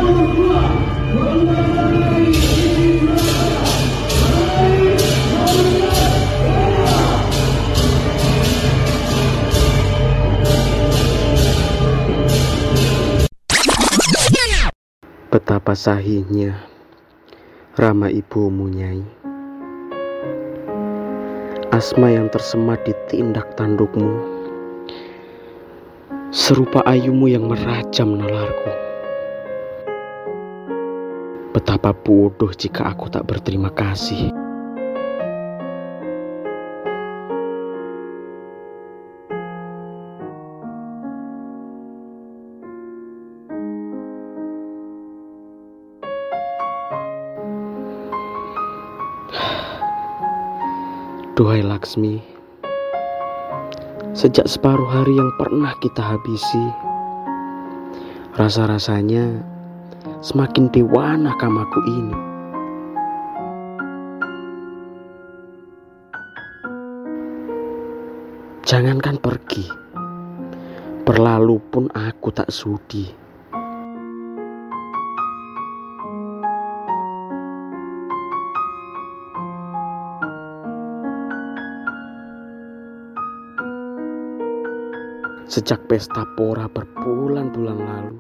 Betapa sahihnya rama ibumu, Nyai. Asma yang tersemat di tindak tandukmu, serupa ayumu yang merajam nalarku. Betapa bodoh jika aku tak berterima kasih. Duhai Laksmi, sejak separuh hari yang pernah kita habisi, rasa-rasanya semakin dewana kamaku ini. Jangankan pergi, berlalu pun aku tak sudi. Sejak pesta pora berbulan-bulan lalu,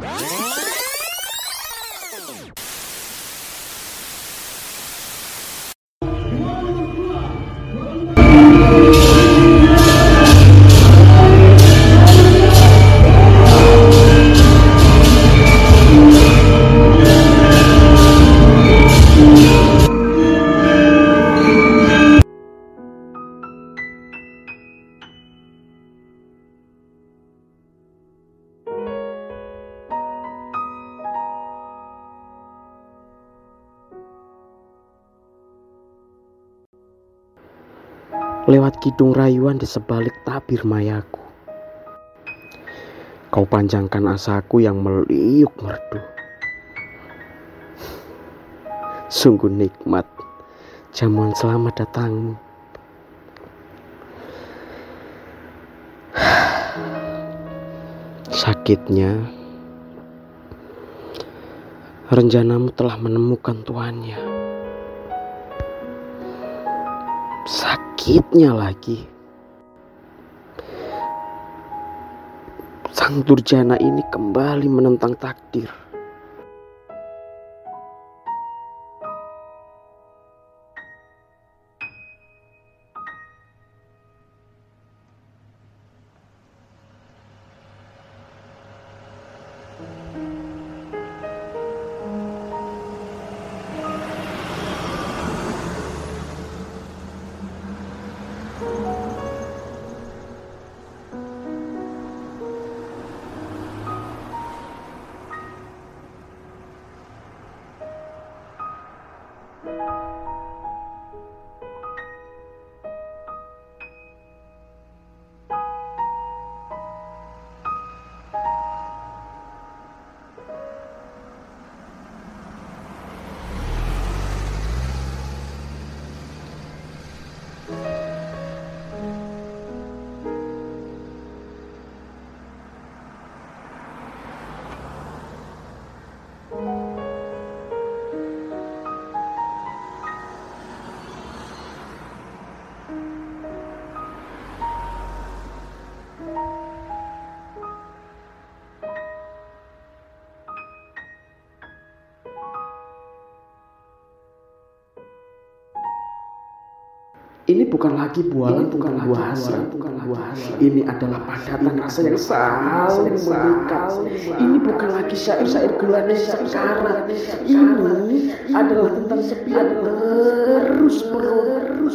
lewat kidung rayuan di sebalik tabir mayaku, kau panjangkan asaku yang meliuk merdu. Sungguh nikmat jamuan selamat datangmu. Sakitnya, rencanamu telah menemukan tuannya. Sakitnya lagi, sang durjana ini kembali menentang takdir. Ini bukan lagi bualan, bukan buah hasil. Ini adalah padatan rasa yang saling mengikat. Ini bukan lagi syair-syair gelana sekarang. Ini adalah tentang sepi yang terus menerus.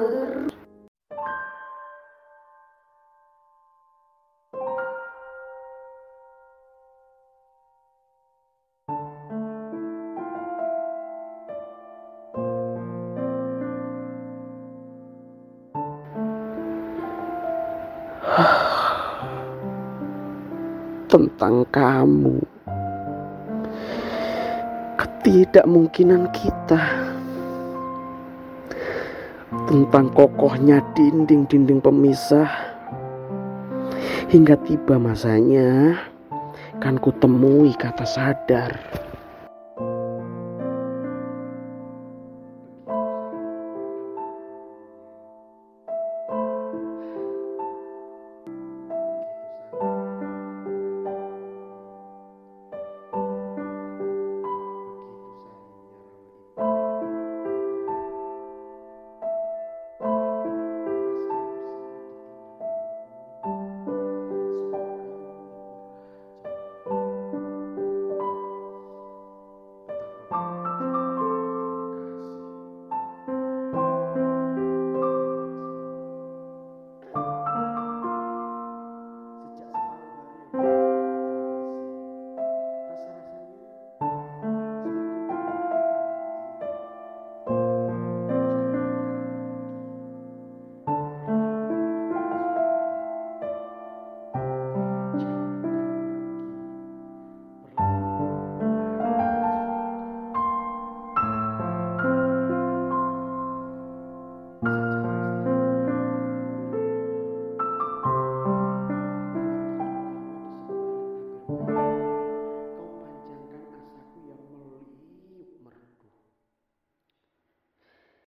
Tentang kamu, ketidakmungkinan kita, tentang kokohnya dinding-dinding pemisah, hingga tiba masanya kan kutemui kata sadar.